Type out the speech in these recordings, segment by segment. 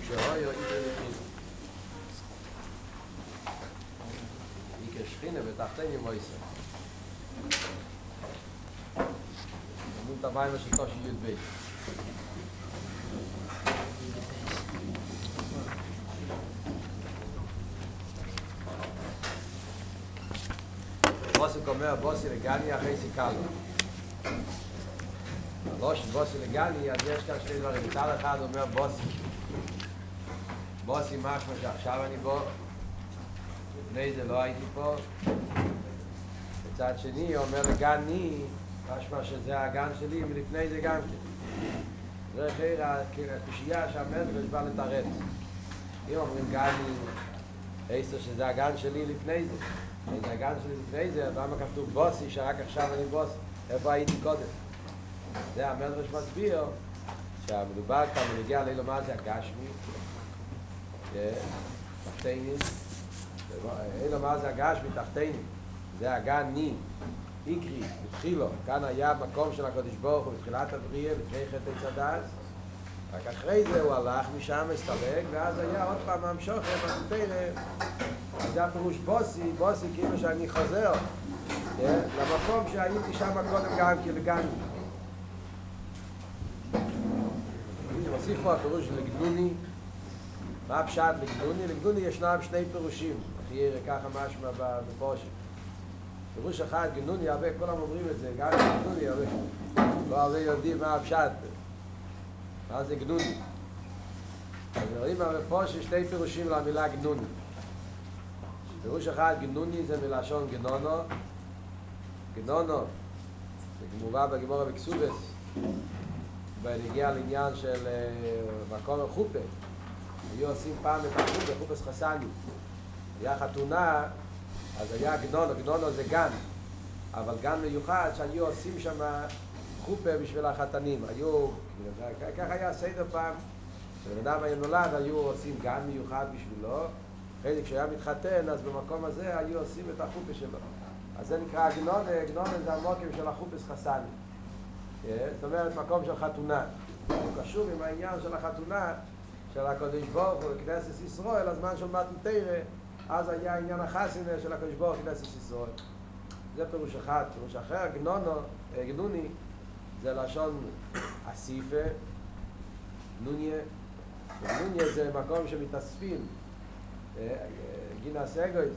שהויו איתו לפנינו. איקר שכינה בתחתינו מויסר. נמות המים של תושי י' ב'. בוסי אומר בוסי לגני אחרי סיכלו. לא שבוסי לגני, אז יש כאן שני דברים. מצד אחד אומר בוסי. בוסי משמע שעכשיו אני בו. לפני זה לא הייתי פה. בצד שני אומר לגני, משמע שזה הגן שלי, ולפני זה גם כן. זה חיר הקושייה שהמדרש בא לתרץ. אם אומרים גני, איסו שזה הגן שלי לפני זה. זה הגן שלי לפני זה, למה כתוב בוסי, שרק עכשיו אני בוסי? איפה הייתי קודם? זה המדרש מסביר שהמדובר כאן מגיע לאילו מה זה הגשמי, תחתינים, אילו מה זה הגשמי, תחתינים, זה הגני, איקרי, בתחילו, כאן היה מקום של הקדוש ברוך הוא בתחילת הבריאה, לפני חטא עץ הדעת, רק אחרי זה הוא הלך משם, הסתלק, ואז היה עוד פעם המשוך, אז זה הפירוש בוסי, בוסי כאילו שאני חוזר למקום שהייתי שם קודם גם כלגני. מוסיף פה הפירוש לגדוני. מה הפשט לגדוני? לגדוני ישנם שני פירושים, אחי יראה ככה משמע בפורשים. פירוש אחד, גדוני, הרבה, כולם אומרים את זה, גם גדוני, הרבה. לא הרבה יודעים מה הפשט. מה זה גדוני? אז רואים בפורשים שני פירושים למילה גדוני. פירוש אחד, גנוני זה מלשון גנונו. גנונו, זה מובא בגמרא בקסובס, ונגיע לעניין של מקום החופה. היו עושים פעם את החופה, חופס חסני. היה חתונה, אז היה גנונו, גנונו זה גן. אבל גן מיוחד שהיו עושים שם חופה בשביל החתנים. היו, כך היה סדר פעם, כשבן אדם היה נולד, היו עושים גן מיוחד בשבילו. אחרי כשהיה מתחתן, אז במקום הזה היו עושים את החופה שלו. אז זה נקרא גנונה, גנונה זה המוקם של החופס חסני. זאת אומרת, מקום של חתונה. הוא קשור עם העניין של החתונה, של הקדוש ברוך הוא, כנסת ישראל, הזמן של מתן תורה, אז היה עניין החסינה של הקדוש ברוך הוא, כנסת ישראל. זה פירוש אחד. פירוש אחר, גנוני, זה לשון אסיפה, נוניה. נוניה זה מקום שמתאספים. גינס אגויז,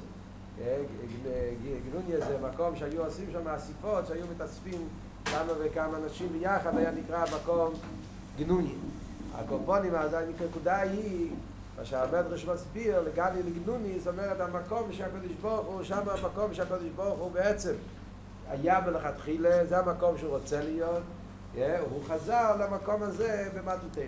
גנוניה זה מקום שהיו עושים שם אסיפות, שהיו מתאספים כמה וכמה אנשים ביחד, היה נקרא מקום גנוניה. הקורבונים, אז הנקודה היא, מה שהמדרש מסביר, לגני לגנוני, זאת אומרת המקום שהקדוש ברוך הוא, שם המקום שהקדוש ברוך הוא בעצם היה מלכתחילה, זה המקום שהוא רוצה להיות, הוא חזר למקום הזה במתן תורה.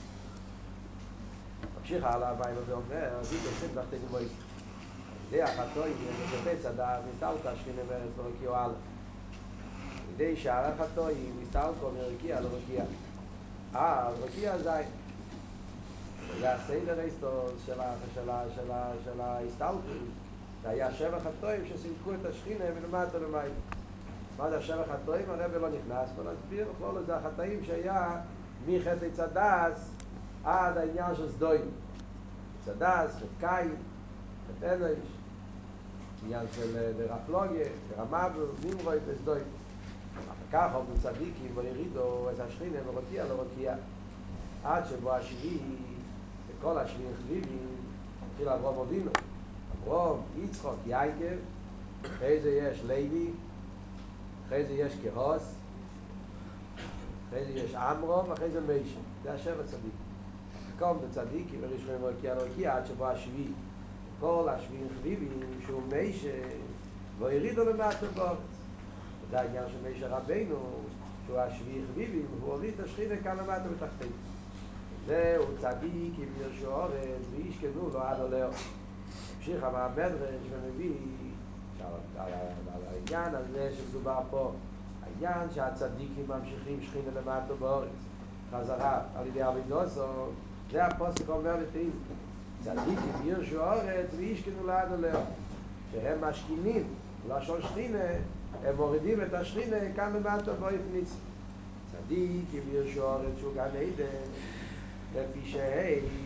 ממשיך הלאה, באים ואומר, זה תעשית תחתינו מויסר. זה החתוי, זה בצדה, נסתלקה שכינה בארץ לא רקיעו הלאה. כדי שער החתוי, נסתלקו מרקיע לא רקיע. רקיע זין. זה הסדר ההיסטור של ההסתלקות. זה היה שבע חתויים שסילקו את השכינה מלמטה למים. מה זה השבע חתויים? הרב לא נכנס, בוא נסביר, זה החתאים שהיה מחטא עץ הדעת עד העניין של סדויים. צדס, חטא קין, חטא אנוש, עניין של דרפלוגיה, דרמבל, נמרוי וסדויים. אחר כך אומרים צדיקים וירידו את השכינה ורקיע לא רקיע. עד שבו השביעי, וכל השביעים חביבים, התחיל אברהם אבינו. אברהם, יצחוק, יעקב, אחרי זה יש לוי, אחרי זה יש קהוס, אחרי זה יש עמרם, אחרי זה מיישה. זה השבע צדיקים. קום בצדיקים וראשונים רקיע לא רקיע עד שבו השביעי. כל השביעים חביבים שהוא מיישה והורידו למטה בארץ. זה העניין של מיישה רבינו, שהוא השביעי חביבים, הוא הוריד את השכינה כאן למטה בתחתית. זהו צדיק עם ירשו אורץ וישכנו לו עד עולהו. המשיך המדרש ומביא על העניין הזה שמדובר פה, העניין שהצדיקים ממשיכים שכינה למטה בארץ. חזרה על ידי אבידוסו, זה הפוסק אומר בתהילים. צדיקים ירשו אורץ וישכנו לעד עולהו. שהם משכינים, לשון שכינה, הם מורידים את השכינה כאן למטה בארץ ניצי. צדיקים ירשו אורץ שהוא גן עדן, לפי שהי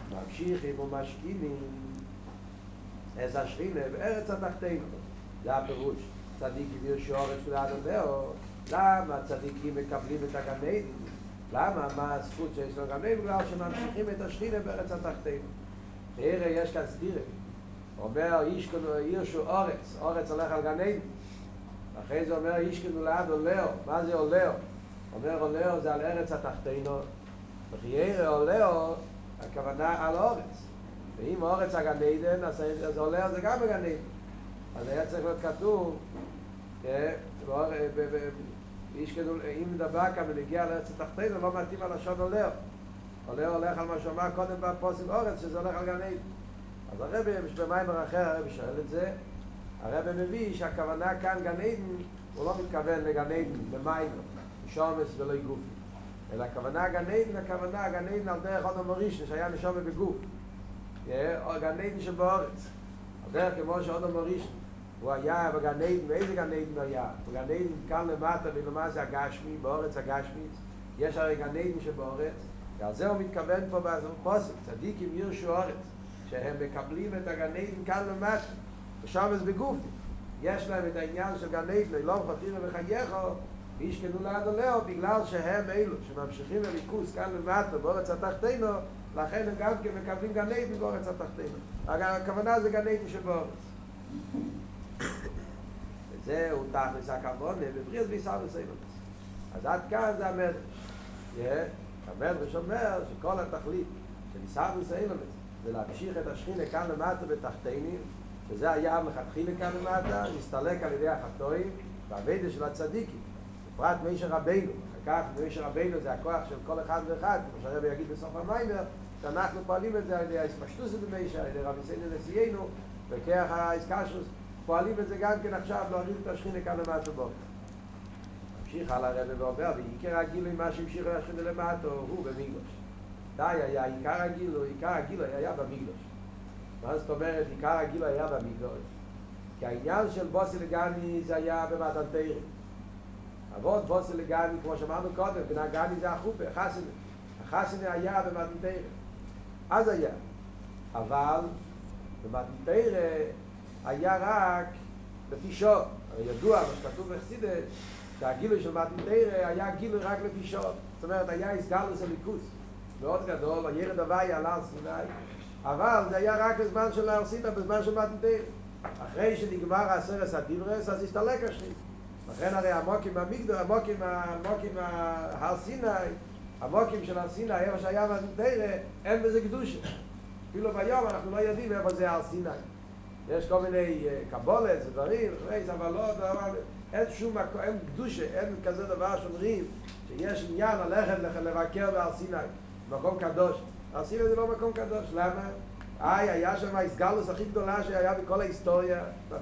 ממשיכים ומשכינים אז השכינה בארץ התחתינו. זה הפירוש. צדיקים ירשו אורץ ולאדון לאו. למה הצדיקים מקבלים את הגן עדן? למה? מה הזכות שיש לו גן עדן? בגלל שממשיכים את השכינה בארץ התחתינו. תראה, יש כאן סתירה. אומר ירשו אורץ, אורץ הולך על גן עדן. אחרי זה אומר ישכנו לאדון לאו. מה זה עולהו? אומר עולהו זה על ארץ התחתינו. וחיירה עולהו הכוונה על אורץ. ואם אורץ הגן עדן, אז עולהו זה גם בגן עדן. אז היה צריך להיות כתוב, אם מדבר כאן ונגיע לארץ התחתינו, לא מתאים על לשון עולהו. עולהו הולך על מה שאמר קודם בפוסק אורץ, שזה הולך על גן עדן. אז הרבי, במיימר אחר הרבי שואל את זה, הרבי מביא שהכוונה כאן גן עדן, הוא לא מתכוון לגן עדן, במיימר, שומס ולא גופי. אלא הכוונה גן עדן, הכוונה גן עדן על דרך אדם הראשון, שהיה נשמה בגוף. גן עדן שבאורץ. הדרך כמו שאדם הראשון, הוא היה בגן עדן, ואיזה גן עדן היה? בגן עדן כאן למטה, ולמה זה הגשמי, באורץ הגשמי. יש הרי גן עדן שבאורץ, ועל זה הוא מתכוון פה בפוסק, צדיקים ירשו אורץ, שהם מקבלים את הגן עדן כאן למטה, ושם זה בגוף. יש להם את העניין של גן עדן, לא חתירה וחייךו, וישכנו לאדון לאו, בגלל שהם אלו שממשיכים לליכוס כאן למטה באורץ התחתינו, לכן הם גם כן מקבלים גן עדן באורץ התחתינו. הכוונה זה גן עדן שבאורץ. וזהו תכלס הכוונה בבריאת בישר וסיימות. אז עד כאן זה המדרש. המדרש אומר שכל התכלית של בישר וסיימות זה להמשיך את השכינה כאן למטה בתחתינים, וזה היה מלכתחילה כאן למטה, להסתלק על ידי החטאים והעבודה של הצדיקים. בפרט משה רבינו, אחר כך משה רבינו זה הכוח של כל אחד ואחד, כמו שהרבי יגיד בסוף המיימר, שאנחנו פועלים את זה על ידי ההספשטות של משה, על ידי רבי סיינו נשיאנו, וכך ההסקשוס, פועלים את זה גם כן עכשיו להוריד את השכינה כאן למטה בו. ממשיך על הרבי ואומר, ועיקר הגילוי מה שהמשיך השכינה למטה הוא במקדוש. די היה עיקר הגילוי היה במקדוש. מה זאת אומרת עיקר הגילוי היה במקדוש? כי העניין של בוסי לגני זה היה במתן תורה. אבות בוסי לגני, כמו שאמרנו קודם, גני זה החופה, חסנה. החסנה היה במתן תורה. אז היה. אבל במתן תורה היה רק לפי שעות. הרי ידוע, מה שכתוב בחסידות, שהגילוי של מתן תורה היה גילוי רק לפי שעות. זאת אומרת, היה הסגלוס הליכוס. מאוד גדול, הירד הוויה עלה על סיני, אבל זה היה רק בזמן של הר סיני, בזמן של מתן תורה. אחרי שנגמר עשרת הדיברס, אז הסתלק השכינה. לכן הרי המוקים המקדוש, המוקים הר סיני, המוקים של הר סיני, איפה שהיה מתן תורה, אין בזה קדושה. אפילו ביום אנחנו לא יודעים איפה זה הר סיני. יש כל מיני קבולת ודברים, אבל לא, אין שום מקום, אין קדושה, אין כזה דבר שאומרים שיש עניין ללכת לבקר בהר סיני, מקום קדוש. הר סיני זה לא מקום קדוש, למה? היה שם ההסגלוס הכי גדולה שהיה בכל ההיסטוריה,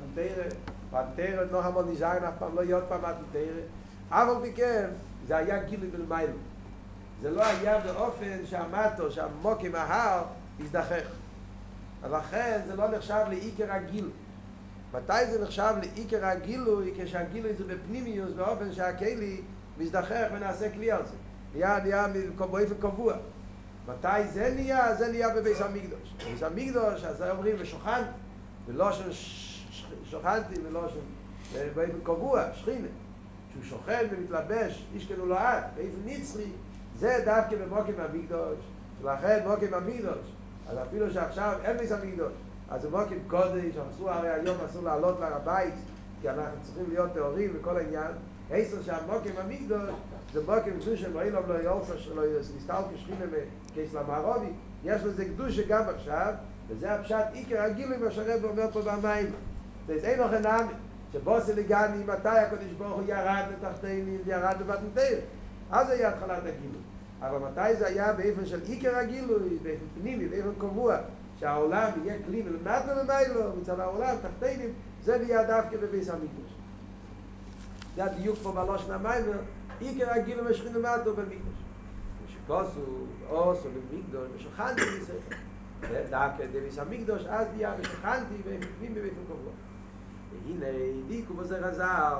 מתן תורה, לא המון נזהרן אף פעם, לא יהיה עוד פעם מתן תורה, אבל בכן, זה היה גילוי בלמיילו. זה לא היה באופן שהמטו, שהמוקים ההר, יזדחך. ולכן זה לא נחשב לעיקר הגילוי. מתי זה נחשב לעיקר הגילוי? כשהגילוי זה בפנימיוס, באופן שהכלי מזדחך ונעשה כלי על זה. נהיה באופן קבוע. מתי זה נהיה? זה נהיה בביס המקדוש. בביס המקדוש, אז אומרים ושוכנתי, ולא שוכנתי, ולא באופן קבוע, שכינה. שהוא שוכן ומתלבש, ישכנו לו עד, באופן נצרי, זה דווקא במוקים המקדוש. ולכן מוקים המקדוש, אז אפילו שעכשיו אין ביס המקדוש, אז זה מוקים קודש, הרי היום אסור לעלות להר הבית, כי אנחנו צריכים להיות טהורים וכל העניין. עשר שהמוקים המקדוש, זה מוקים קדושה, לא אילום לא יולסה שלו, נסתל כשכינה וכסל המערובי, יש לזה קדושה גם עכשיו, וזה הפשט עיקר הגילוי מה שהרב אומר פה במים. זה אין לכם נאמין, שבוסי לגני, מתי הקדוש ברוך הוא ירד לתחתינים, ירד במתן תורה, אז היה התחלת הגילוי. אבל מתי זה היה באופן של עיקר הגילוי, באופן פנימי, באופן קבוע, שהעולם יהיה כלי ולמטה למיילו, מצד העולם, תחתינים, זה נהיה דווקא בביס המקדוש. זה הדיוק פה בלושן המיימר, עיקר הגילוי משכין למטה במקדוש. ושכוסו, אוסו במקדוש, ושוכנתי בספר. דווקא בביס המקדוש, אז נהיה ושוכנתי באופן פנימי באופן קבוע. והנה, דיקו בזה רזל,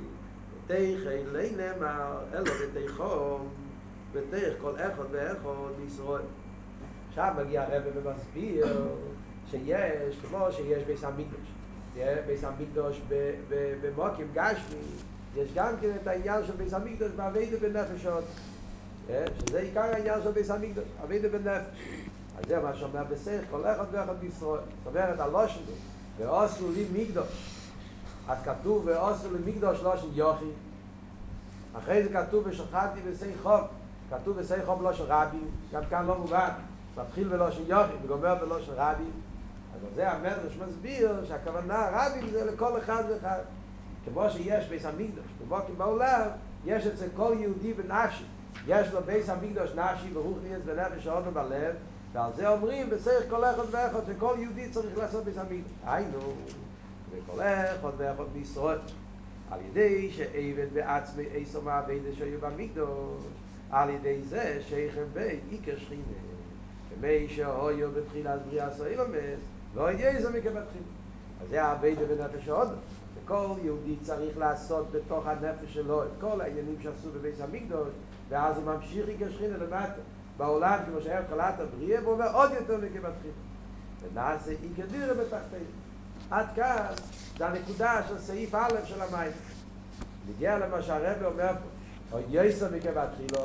תיכי לי נאמר, אלו ותיכום, ותיך כל אחד ואחד בישראל. עכשיו מגיע הרב ומסביר שיש, כמו שיש בית המקדוש. בית המקדוש במוקים גשמי, יש גם כן את העניין של בית המקדוש בעבודה בנפש עוד. שזה עיקר העניין של בית המקדוש, עבודה בנפש. אז זה מה שאומר בסך, כל אחד ואחד בישראל. זאת אומרת, הלושן, ועשו לי מקדוש. אז כתוב, ועשו לי מקדוש לושן יוכי. אחרי זה כתוב, ושחטתי בסייחוב. כתוב בסייחוב לושן רבים, גם כאן לא מובן. מתחיל בלושן יוכי, וגומר בלושן רבים. אז זה המדרש מסביר שהכוונה רבים זה לכל אחד ואחד. כמו שיש בית המקדוש, כמו בעולם, יש אצל כל יהודי בנפשי. יש לו בית המקדוש נפשי ברוחניס בנפש העוד ובלב, ועל זה אומרים בסך כל אחד ואחד שכל יהודי צריך לעשות בית המקדוש. היינו, וכל אחד ואחד בישראל, על ידי שעבד בעצמי עשר מהעבודה שהיו במקדוש, על ידי זה שייכם בית עיקר שכינה. כמי שהיו בתחילת בריאת האילומס, לא יהיה זה מכבתחילה. אז זה העבודה בנפש העוד. וכל יהודי צריך לעשות בתוך הנפש שלו את כל העניינים שעשו בבית המקדוש, ואז הוא ממשיך עיקר שכינה למטה. בעולם, כמו שהיה התחלת הבריאה, הוא אומר עוד יותר מכבתחילה. ונעשה עיקר דירה בתחתינו. עד כאן זה הנקודה של סעיף א' של המים. נגיע למה שהרב אומר פה, עוד יסר מכבתחילה.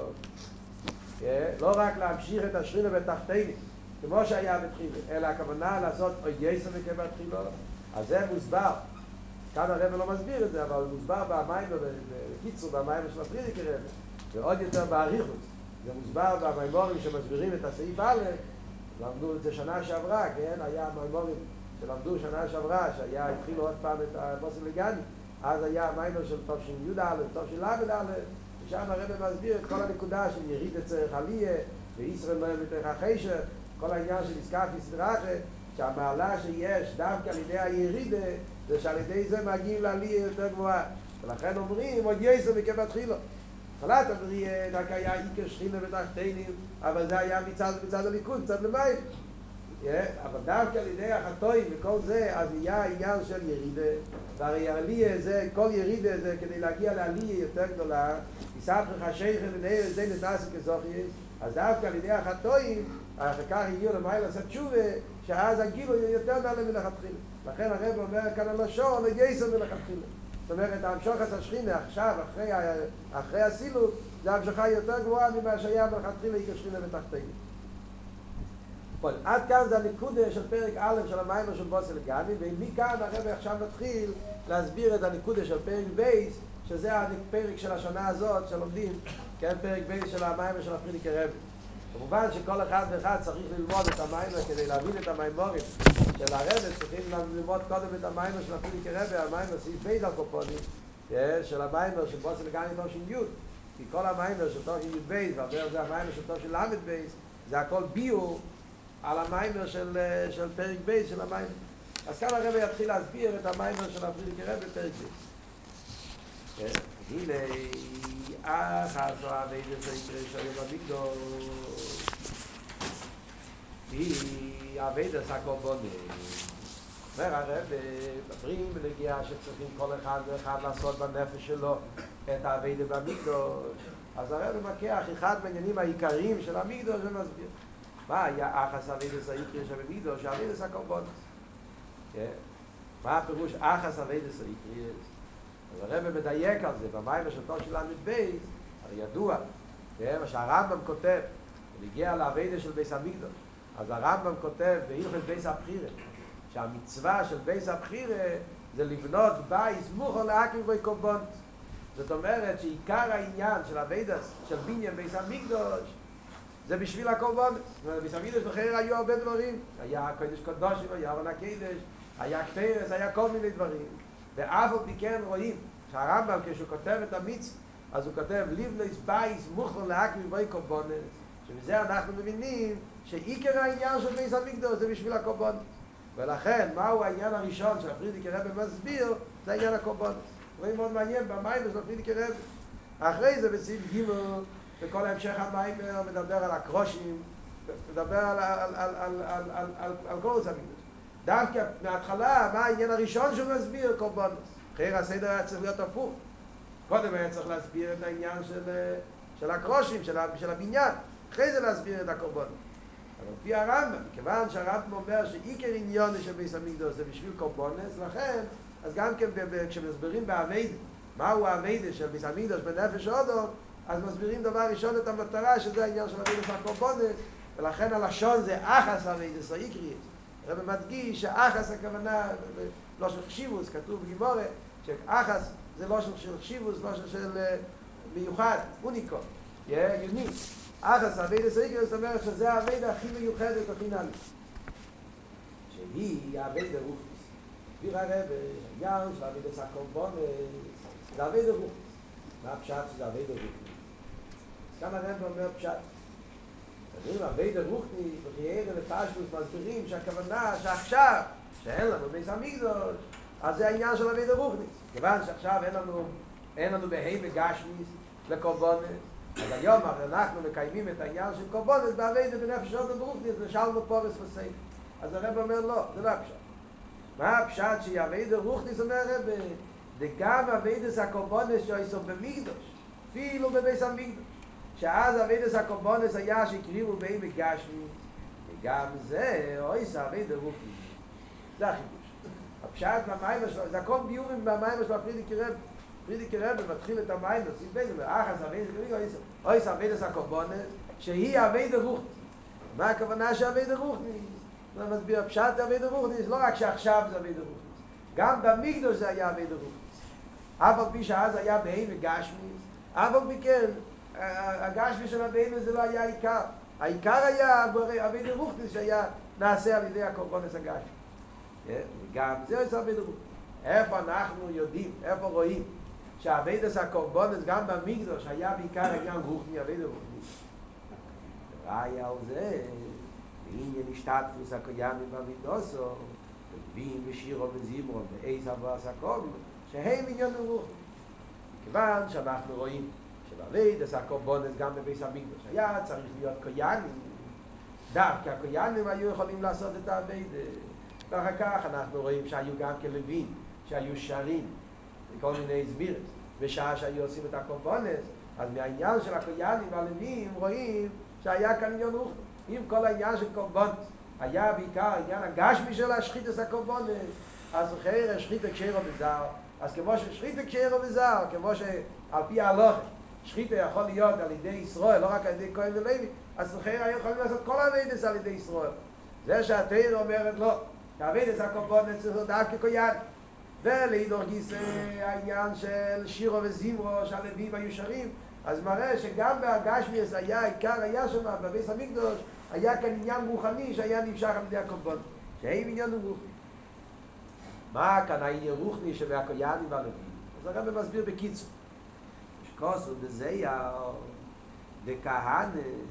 לא רק להמשיך את השכינה בתחתינו, כמו שהיה בתחילה, אלא הכוונה לעשות עוד יסר מכבתחילה. אז זה מוסבר. כאן הרב לא מסביר את זה, אבל הוא מוסבר במים, בקיצור, במים של הפרידיקי רב, ועוד יותר באריכות. זה מוסבר במימורים שמסבירים את הסעיף א', למדו את זה שנה שעברה, כן? היה מימורים שלמדו שנה שעברה, התחילו עוד פעם את הבוסר לגני, אז היה המימור של טוב של י"א, טוב של ל"א, ושם הרב מסביר את כל הנקודה של יריד צריך עליה, וישראל לא ימתך החשר, כל העניין של עסקת יסדרחה, שהמעלה שיש דווקא על ידי הירידה, זה שעל ידי זה מגיעים לעלייה יותר גבוהה. ולכן אומרים, עוד יסר מכבתחילה. התחלת הבריאה, רק היה עיקר שכינה בתחתינו, אבל זה היה מצד הליכוד, מצד למים. אבל דווקא על ידי החטאים וכל זה, אז נהיה העניין של ירידה. והרי העלייה זה, כל ירידה זה כדי להגיע לעלייה יותר גדולה, יספך השייכם ונהר זה נתנסי כזוכייס, אז דווקא על ידי החטאים, אחר כך הגיעו למים לעשות תשובה, שאז הגילו יותר נעלה מלכתחילה. לכן הרב אומר כאן הלשון, יסר מלכתחילה. זאת אומרת, המשוכת השכינה עכשיו, אחרי הסילוק, זה המשכה יותר גבוהה ממה שהיה מלכתחילה עיקר שכינה בתחתינו. עד כאן זה הנקודה של פרק א' של המיימר של בוסר לגני, ומכאן הרב עכשיו מתחיל להסביר את הנקודה של פרק בייס, שזה הפרק של השנה הזאת שלומדים, כן, פרק בייס של המיימר של הפרידיקי רבי. כמובן שכל אחד ואחד צריך ללמוד את המיימר כדי להבין את המיימורים של הרבי, צריכים ללמוד קודם את המיימר של הפרידיקי רבי, המיימר סעיף בייס על קופונים, של המיימר של בוסר לגני תושין י', כי כל המיימר של תושין י' בייס, ועבר זה המיימר של תושין למד בייס, זה הכל ביור על המיימר של פרק בייס של המיימר. אז כאן הרבי יתחיל להסביר את המיימר של הפרידיקי רבי בפרק בייס. הנה, אחזו העבודה שהיו במקדוש, היא העבודה הקורבנית. אומר הרבי, מדברים בנגיעה שצריכים כל אחד ואחד לעשות בנפש שלו את העבודה במקדוש. אז הרבי מקח אחד מהעניינים העיקריים של המקדוש ומסביר. מה היה אחס אביידס העיקרי שבמקדוש? אביידס הקורבנס. מה הפירוש אחס אביידס העיקרי? אז הרב מדייק על זה, במיימר של תושין למד בייס, הרי ידוע, מה שהרמב"ם כותב, הוא הגיע לאביידס של בייס המקדוש, אז הרמב"ם כותב בהלכות בייס הבחירה, שהמצווה של בייס הבחירה זה לבנות בייס מוכן להקים בו קורבנס. זאת אומרת שעיקר העניין של אביידס, של בניין בייס המקדוש, זה בשביל הקורבנס. זאת אומרת, בייס המקדוש בחירה היו הרבה דברים. היה קודש קודשים, היה ארון הקודש, היה כתרס, היה כל מיני דברים. ואף על פי כן רואים שהרמב"ם כשהוא כותב את המצווה, אז הוא כותב לבנות בייס מוכן להקים בו קורבנס, שמזה אנחנו מבינים שעיקר העניין של בייס המקדוש זה בשביל הקורבנס. ולכן, מהו העניין הראשון שהפרידיקי רבי מסביר? זה העניין הקורבנס. רואים מאוד מעניין במיימר של הפרידיקי רבי. אחרי זה בסעיף ג' וכל המשך המיימר מדבר על הקרושים, מדבר על כל המקדוש. דווקא מההתחלה, מה העניין הראשון שהוא מסביר? קורבנס. אחרי הסדר היה צריך להיות הפוך. קודם היה צריך להסביר את העניין של הקרושים, של הבניין. אחרי זה להסביר את הקורבנס. אבל לפי הרמב"ם, מכיוון שהרמב"ם אומר שעיקר עניון של בית המקדש זה בשביל קורבנס, לכן, אז גם כן כשמסבירים בעבודה, מהו העבודה של בית המקדש בנפש האדם, אז מסבירים דבר ראשון את המטרה, שזה העניין של עבודת הקורבנס, ולכן הלשון זה אחס עבודת העיקרית. הרב מדגיש שאחס הכוונה, לא של חשיבוס, כתוב בגימורה, שאחס זה לא של חשיבוס, לא של מיוחד, אוניקו, יוניק. אחס עבודת העיקרית, זאת אומרת שזה העבודה הכי מיוחדת, הכי נעלית. שהיא העבודה רוחנית. הסביר הרב, העניין של עבודת הקורבנס, זה עבודה רוחנית. מה הפשט שזה עבודה רוחנית? כאן הרב אומר פשט. עבודה רוחנית, בחיירה ופשטוס מסבירים שהכוונה שעכשיו, שאין לנו בית המקדש, אז זה העניין של עבודה רוחנית. כיוון שעכשיו אין לנו בהמה גשמיס לקורבנס, אז היום אנחנו מקיימים את העניין של קורבנס בעבודה בנפש האדם ברוחנית, ושאלנו פורס וסייף. אז הרב אומר לא, זה לא הפשט. מה הפשט שהיא עבודה רוחנית? אומר הרב, וגם עבודת הקורבנס שעשו במקדש, אפילו בבית המקדש. שאז עבודת הקורבנס היה שהקריבו בהמה גשמית, וגם זה עושה עבודה רוחנית. זה החידוש. הפשט במיימר שלו, זה הכל ביורים במיימר שלו, פרידיקי רב מתחיל את המיימר, סיבן, אחס עושה עבודת הקורבנס, שהיא עבודה רוחנית. מה הכוונה שעבודה רוחנית? זה מסביר, הפשט עבודה רוחנית, לא רק שעכשיו זה עבודה רוחנית, גם במקדש זה היה עבודה רוחנית. אף על פי שאז היה בהמה גשמית, אף על פי כן, הגשמי של הבהמה זה לא היה העיקר. העיקר היה עבודה רוחנית שהיה נעשה על ידי הקורבנס הגשמי. וגם זה עושה עבודה רוחנית. איפה אנחנו יודעים, איפה רואים שהעבודת הקורבנס גם במקדש היה בעיקר עניין רוחני, עבודה רוחנית. ראיה על זה, בעניין השתתפות הקיימים במידוסו, לווים ושירו וזמרו ועז אבוס הקורבן, שהם עניין רוחני. מכיוון שאנחנו רואים שבעבודת הקורבנס גם בבית המקדש היה צריך להיות קויאנים. דווקא הקויאנים היו יכולים לעשות את העבודה. ואחר כך אנחנו רואים שהיו גם כלווים, שהיו שרים, וכל מיני הסבירות. בשעה שהיו עושים את הקורבנס, אז מהעניין של הקויאנים והלווים רואים שהיה כאן עניין רוחני. אם כל העניין של קורבנס היה בעיקר העניין הגשמי של השחיתת הקורבנס, אז אחרי השחיתת כשרו בזר, אז כמו ששחיתת כשרו בזר, כמו שעל פי ההלכה, שחיתה יכול להיות על ידי ישראל, לא רק על ידי כהן ולוי, אז לכן היו יכולים לעשות כל העבודות על ידי ישראל. זה שהתורה אומרת לא, העבודת הקורבנס צריך להיות דווקא כהן. ולהידור גיסא העניין של שירו וזמרו, שהלווים היו שרים, אז מראה שגם בהגשמי היה עיקר היה שם, בבית המקדש, היה כאן עניין רוחני שהיה נמשך על ידי הקורבנס, שהם עניין רוחני. מה כאן העניין רוחני שבהכהנים והלווים? אז הרב מסביר בקיצור. כוסו דזייר, דכהנה,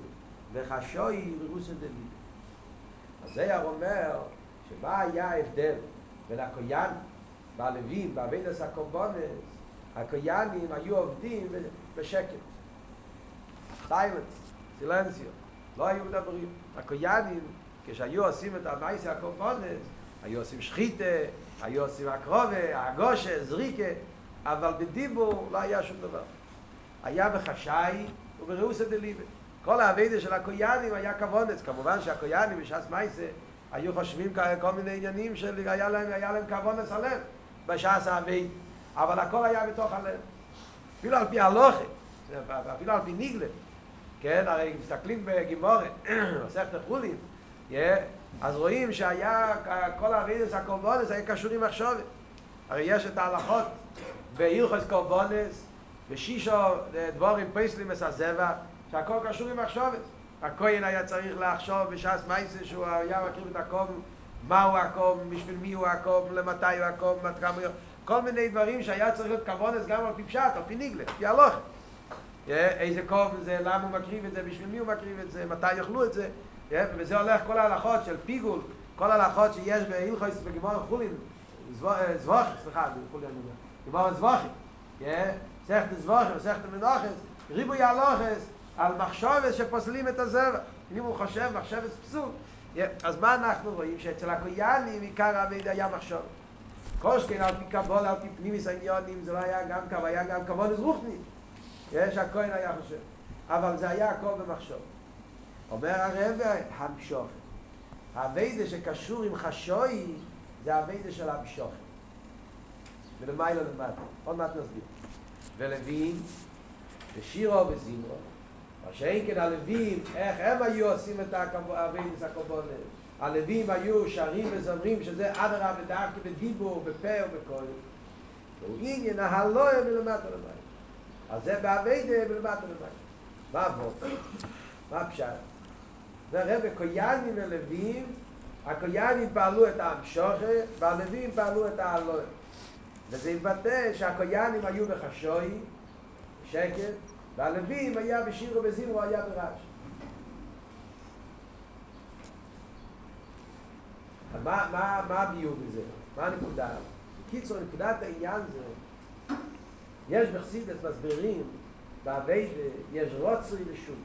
וחשוי ברוסא דוד. אז זייר אומר שמה היה ההבדל בין הכהנים והלווים בעבודת הקורבנס? הכהנים היו עובדים בשקט, סיילנס, סילנסיו, לא היו מדברים. הכהנים, כשהיו עושים את המעשה הקורבנס, היו עושים שחיתה, היו עושים הקרובה, הגושה, זריקה, אבל בדיבור לא היה שום דבר. היה בחשאי וברוסא דליבה. כל העבודה של הכהנים היה כוונס. כמובן שהכהנים בשעת מעשה היו חושבים כל מיני עניינים שהיה להם כוונס הלב בשעת העבודה, אבל הכל היה בתוך הלב. אפילו על פי הלכה, אפילו על פי ניגלה. כן, הרי מסתכלים בגימורה, מסכת חולין, אז רואים שהיה כל העבודה של הקורבנס היה קשור עם מחשבת. הרי יש את ההלכות בהלכות קורבנס, ושישו דבורים פסלים מסזבח, שהכל קשור עם מחשבת. הכהן היה צריך לחשוב בשעת מעשה שהוא היה מקריב את הקום, מהו הקום, בשביל מי הוא הקום, למתי הוא הקום, כל מיני דברים שהיה צריך להיות כוונס גם על פי פשט, על פי ניגלה, על פי הלכה. איזה קום זה, למה הוא מקריב את זה, בשביל מי הוא מקריב את זה, מתי יאכלו את זה. וזה הולך כל ההלכות של פיגול, כל ההלכות שיש בהלכות בגמרא חולין, זבוחי, סליחה, גמרא זבוחי. סכת זבוחי וסכת מנוחס, ריבוי הלוכס על מחשבת שפוסלים את הזרע. אם הוא חושב מחשבת פסול, אז מה אנחנו רואים? שאצל הכהנים עיקר העבודה היה מחשבת. כל שכן על פי קבלה, על פי פנימיס העניונים, זה לא היה גם קו, היה גם כוונס רוחני. שהכהן היה חושב. אבל זה היה הכל במחשבת. אומר הרב, המשוך. הווידה שקשור עם חשוי, זה הווידה של המשוך. ולמיילו למטה. עוד מעט נסביר. ולווים, ושירו וזמרו, מה שאין כן הלווים, איך הם היו עושים את הווידס הקורבנות. הלווים היו שרים וזמרים, שזה אדרבה ודווקא בדיבור, בפה ובקול. והוא עניין ההלויה מלמטה למים. אז זה בהווידה מלמטה למים. מה עבוד? מה הפשט? והרב קויאנים ולווים, הקויאנים פעלו את המשוכר, והלווים פעלו את ההלויה. וזה יבטא שהקויאנים היו בחשוי, שקט, והלווים היה בשיר ובזמרו, היה ברעש. מה הביור בזה? מה הנקודה? בקיצור, נקודת העניין זה, יש בחסידות מסבירים, בעבודה יש רוצוי ושוב.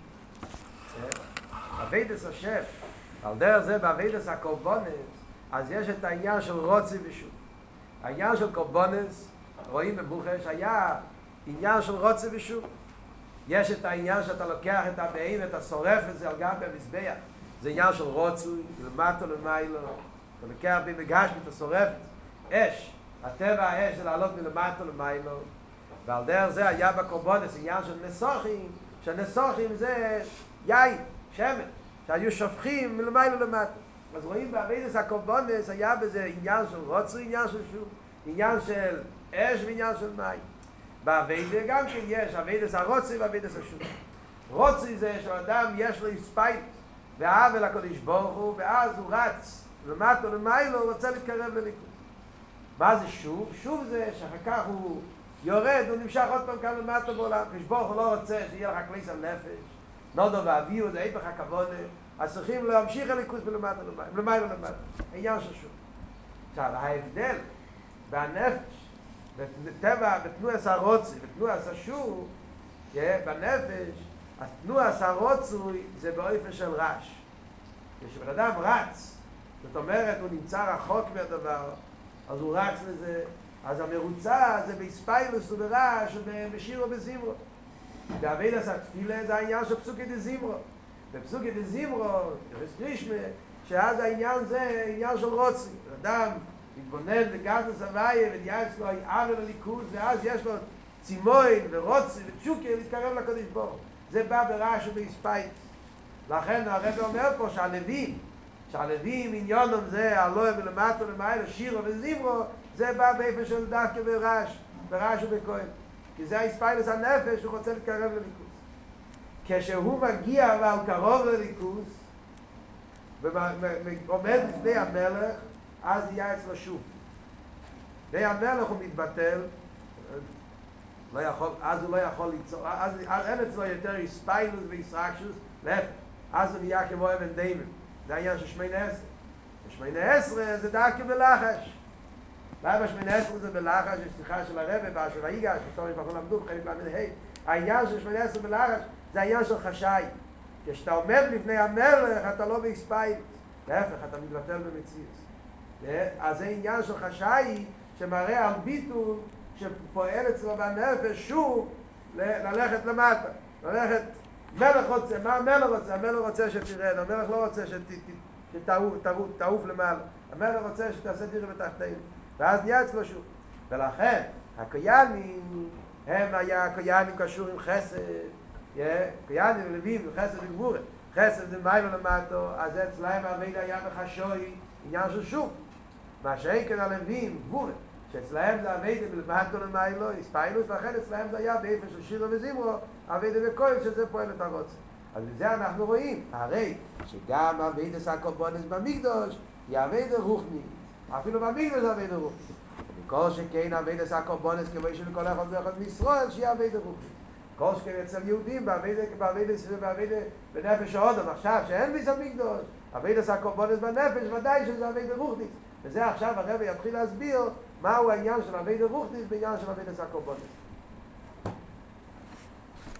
בעבודת השם, על דרך זה בעבודת הקורבנות, אז יש את העניין של רוצוי ושוב. העניין של קורבנות, רואים בבוכש, היה עניין של רוצה ושוב. יש את העניין שאתה לוקח את הבהמה, אתה שורף את זה על גבי המזבח. זה עניין של רוצוי, למטה למיילו. אתה לוקח במגש ואתה שורף את זה. אש, הטבע האש זה לעלות מלמטה למיילו. ועל דרך זה היה בקורבנות עניין של נסוכים, שנסוכים זה יין, שמן, שהיו שופכים מלמיילו למטה. אז רואים בעבודת הקורבנות היה בזה עניין של רוצוי, עניין של שוב, עניין של אש ועניין של מים. בעבודה גם כן יש, עבודת הרוצי ועבודת השוב. רוצי זה שאדם יש לו הספייט ואהב אל הקדוש ברוך הוא, ואז הוא רץ למטה למיילו, הוא רוצה להתקרב לליכוז. מה זה שוב? שוב זה שאחר כך הוא יורד, הוא נמשך עוד פעם כאן למטה בעולם. הקדוש ברוך הוא לא רוצה שיהיה לך כליס על נפש, נודו ואביהו, זה היפך הכבוד, אז צריכים להמשיך הליכוז למיילו למטה. העניין של שוב. עכשיו, ההבדל בנפש, בטבע, בתנועת הרוצי, בתנועת השור, בנפש, התנועת הרוצוי זה באופן של רעש. כשבן אדם רץ, זאת אומרת, הוא נמצא רחוק מהדבר, אז הוא רץ לזה, אז המרוצה זה בהספיילוס וברעש ובשיר ובזמרו. בעבודת התפילה זה העניין של פסוקי דזמרו. בפסוקי דזמרו, שאז העניין זה עניין של רוצי. אדם מתבונן בגדלוס הוויה ונהיה אצלו העוול לליכוז, ואז יש לו צימוין ורוצי ותשוקה להתקרב לקדוש ברוך הוא. זה בא ברעש ובהספייט. לכן הרב אומר פה שהלווים עניונם זה הלויה מלמטה למעלה, שירו וזמרו, זה בא באופן של דווקא ברעש ובכהן. כי זה ההספיילוס הנפש, הוא רוצה להתקרב לליכוז. כשהוא מגיע אבל קרוב לליכוז, ועומד לפני המלך, אז יהיה אצלו שוב. לפני המלך הוא מתבטל, אז הוא לא יכול ליצור, אז אין אצלו יותר הספיילוס וישרקשוס, להפך, אז הוא נהיה כמו אבן דיימן. זה העניין של שמונה עשרה. שמונה עשרה זה דווקא בלחש. למה שמונה עשרה זה בלחש? יש שיחה של הרב, באשר היגש, שתומש בחון למדו, חלק למנהי. העניין של שמונה עשרה בלחש זה העניין של חשאי. כשאתה עומד לפני המלך, אתה לא בהספיילוס. להפך, אתה מתבטל במציאות. אז זה עניין של חשאי שמראה על ביטול שפועל אצלו בנפש שוב ללכת למטה. ללכת, מלך רוצה, מה המלך רוצה? המלך רוצה שתרד, המלך לא רוצה שתעוף למעלה. המלך רוצה שתעשה דירה בתחתינו. ואז נהיה אצלו שוב. ולכן, הקויאנים, הם היה הקויאנים קשור עם חסד. קויאנים ולווים, חסד וגבורה. חסד זה מיילו למטו, אז אצלהם העבודה היה בחשוי, עניין של שוב. מה שאין כן הלווים, גבורה, שאצלהם זה עבודה בלמטו למיילו, הספיילוס, לכן אצלהם זה היה באופן של שירו וזמרו, עבודה בכהן שזה פועל את הרוצה. אז בזה אנחנו רואים, הרי שגם עבודת הקורבנות במקדוש היא עבודה רוחנית. אפילו במקדוש עבודה רוחנית. וכל שכן עבודת הקורבנות כמו שלכל אחד ואחד מישראל שהיא עבודה רוחנית. כל שכן אצל יהודים בעבודה בנפש האדם, עכשיו שאין בית המקדוש, עבודת הקורבנות בנפש ודאי שזה עבודה רוחנית. וזה עכשיו הרב יתחיל להסביר מהו העניין של עבודה רוחנית בעניין של עבודת הקורבנות.